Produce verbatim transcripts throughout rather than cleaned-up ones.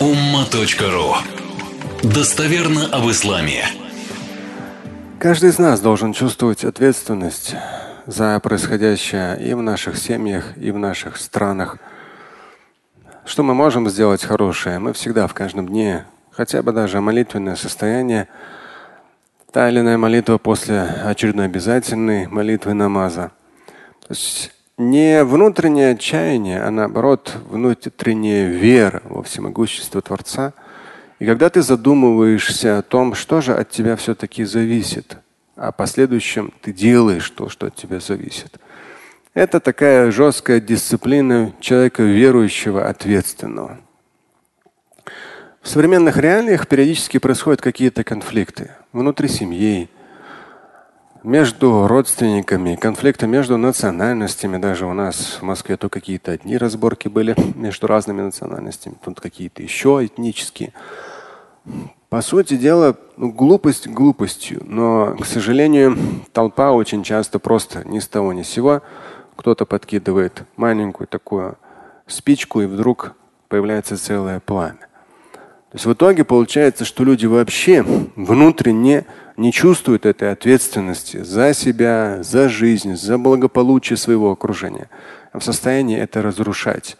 Умма.ру. Достоверно об исламе. Каждый из нас должен чувствовать ответственность за происходящее и в наших семьях, и в наших странах. Что мы можем сделать хорошее? Мы всегда в каждом дне, хотя бы даже молитвенное состояние, та или иная молитва после очередной обязательной молитвы намаза. То есть не внутреннее отчаяние, а наоборот внутренняя вера во всемогущество Творца. И когда ты задумываешься о том, что же от тебя все-таки зависит, а в последующем ты делаешь то, что от тебя зависит. Это такая жесткая дисциплина человека верующего, ответственного. В современных реалиях периодически происходят какие-то конфликты внутри семьи, между родственниками, конфликты между национальностями. Даже у нас в Москве то какие-то одни разборки были между разными национальностями, тут какие-то еще этнические. По сути дела, ну, глупость глупостью, но, к сожалению, толпа очень часто просто ни с того ни с сего кто-то подкидывает маленькую такую спичку, и вдруг появляется целое пламя. То есть в итоге получается, что люди вообще внутренне не чувствуют этой ответственности за себя, за жизнь, за благополучие своего окружения, а в состоянии это разрушать.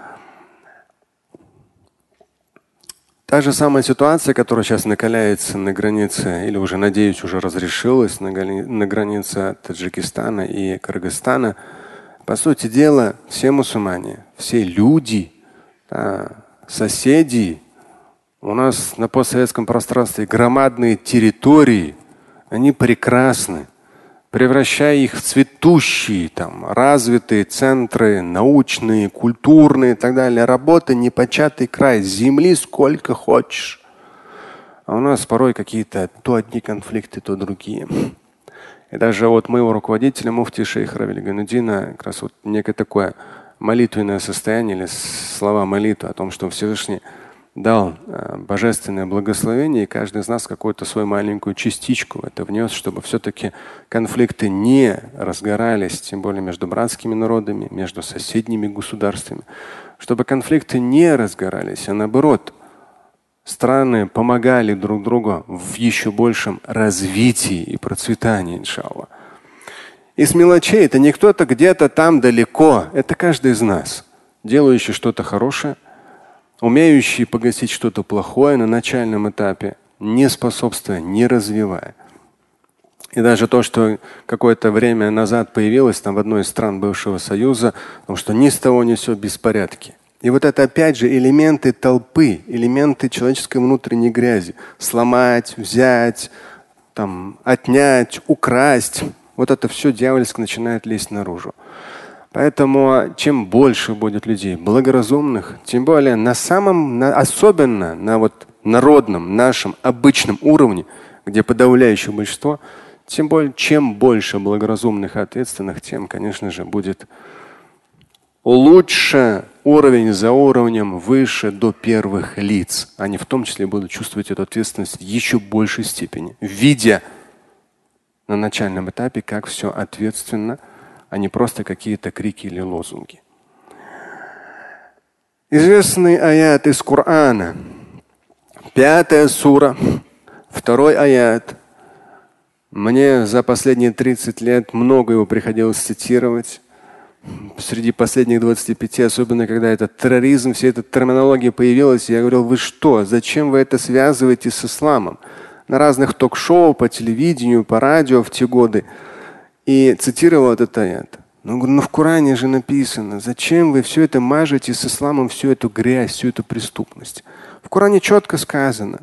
Та же самая ситуация, которая сейчас накаляется на границе, или уже, надеюсь, уже разрешилась на, на границе Таджикистана и Кыргызстана. По сути дела, все мусульмане, все люди, да, соседи, у нас на постсоветском пространстве громадные территории, они прекрасны. Превращая их в цветущие, там, развитые центры, научные, культурные и так далее. Работа непочатый край, земли сколько хочешь. А у нас порой какие-то то одни конфликты, то другие. И даже вот моего руководителя, муфти шейха Равиля Гайнутдина, как раз вот некое такое молитвенное состояние или слова молитвы о том, что Всевышний дал э, божественное благословение, и каждый из нас какую-то свою маленькую частичку в это внес, чтобы все-таки конфликты не разгорались, тем более между братскими народами, между соседними государствами, чтобы конфликты не разгорались, а наоборот, страны помогали друг другу в еще большем развитии и процветании, иншаллах. Из мелочей это не кто-то где-то там далеко, это каждый из нас, делающий что-то хорошее, умеющий погасить что-то плохое на начальном этапе, не способствуя, не развивая. И даже то, что какое-то время назад появилось там в одной из стран бывшего Союза, потому что ни с того ни с сего беспорядки. И вот это опять же элементы толпы, элементы человеческой внутренней грязи. Сломать, взять, там, отнять, украсть. Вот это все дьявольски начинает лезть наружу. Поэтому чем больше будет людей благоразумных, тем более на самом, на, особенно на вот народном, нашем обычном уровне, где подавляющее большинство, тем более, чем больше благоразумных и ответственных, тем, конечно же, будет лучше уровень за уровнем, выше до первых лиц. Они в том числе будут чувствовать эту ответственность в еще большей степени, видя на начальном этапе, как все ответственно, а не просто какие-то крики или лозунги. Известный аят из Корана, пятая сура, второй аят. Мне за последние тридцать лет много его приходилось цитировать. Среди последних двадцати пяти, особенно когда этот терроризм, вся эта терминология появилась, я говорил: вы что, зачем вы это связываете с исламом? На разных ток-шоу, по телевидению, по радио в те годы. И цитировал этот аят. Но, ну, в Коране же написано, зачем вы все это мажете с исламом, всю эту грязь, всю эту преступность. В Коране четко сказано: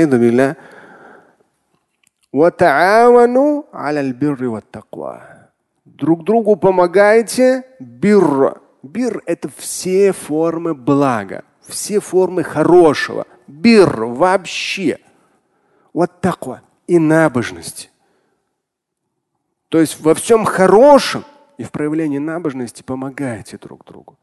друг другу помогайте, бирра. Бир – это все формы блага, все формы хорошего. Бир вообще. Вот такое. И набожности. То есть во всем хорошем и в проявлении набожности помогайте друг другу.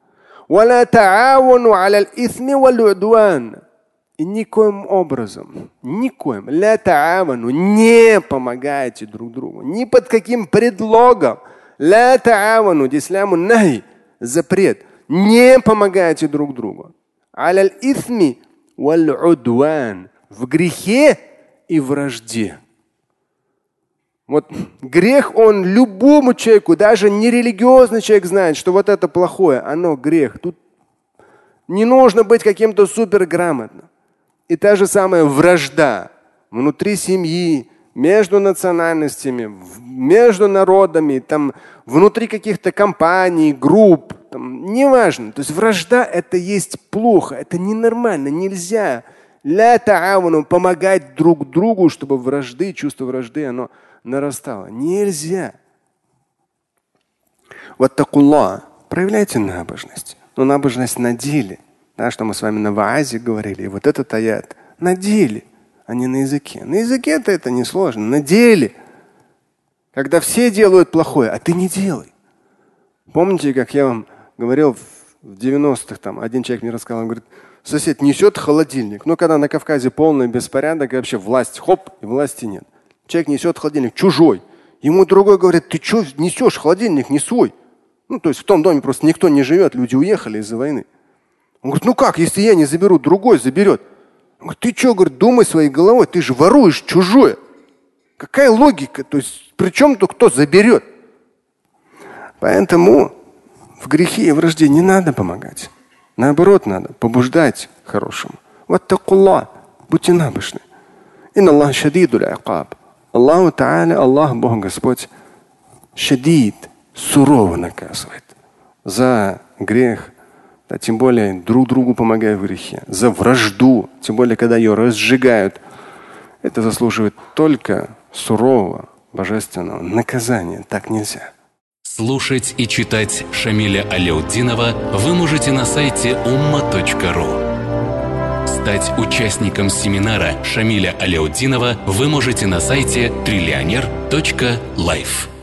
И никоим образом, никоим, не помогайте друг другу. Ни под каким предлогом. Здесь запрет. Не помогайте друг другу. валь-удван. В грехе и вражде. Вот грех, он любому человеку, даже нерелигиозный человек знает, что вот это плохое, оно грех. Тут не нужно быть каким-то суперграмотным. И та же самая вражда внутри семьи, между национальностями, между народами, там, внутри каких-то компаний, групп, там, неважно. То есть вражда это есть плохо, это ненормально, нельзя. Ля та'авуну, помогать друг другу, чтобы вражды, чувство вражды, оно нарастало. Нельзя. Ваттакуллах. Проявляйте набожность. Но набожность на деле. Да, что мы с вами на ваазе говорили. И вот этот аят. На деле, а не на языке. На языке-то это несложно. На деле. Когда все делают плохое, а ты не делай. Помните, как я вам говорил в девяностых, там один человек мне рассказал, он говорит, сосед несет холодильник. Ну, когда на Кавказе полный беспорядок, и вообще власть, хоп, и власти нет. Человек несет холодильник чужой. Ему другой говорит, ты что несешь холодильник, не свой. Ну, то есть в том доме просто никто не живет, люди уехали из-за войны. Он говорит, ну как, если я не заберу, другой заберет. Он говорит, ты что, говорит, думай своей головой, ты же воруешь чужое. Какая логика? То есть при чем тут кто заберет? Поэтому в грехе и вражде не надо помогать. Наоборот, надо побуждать к хорошему. Ваттакуллах, будьте набожны. Инна Аллах шадидуль акаб. Аллаху Та'аля, Аллах, Бог Господь, шадид, сурово наказывает за грех, да, тем более друг другу помогая в грехе, за вражду, тем более когда ее разжигают. Это заслуживает только сурового божественного наказания. Так нельзя. Слушать и читать Шамиля Аляутдинова вы можете на сайте умма точка ру. Стать участником семинара Шамиля Аляутдинова вы можете на сайте триллионер точка лайф.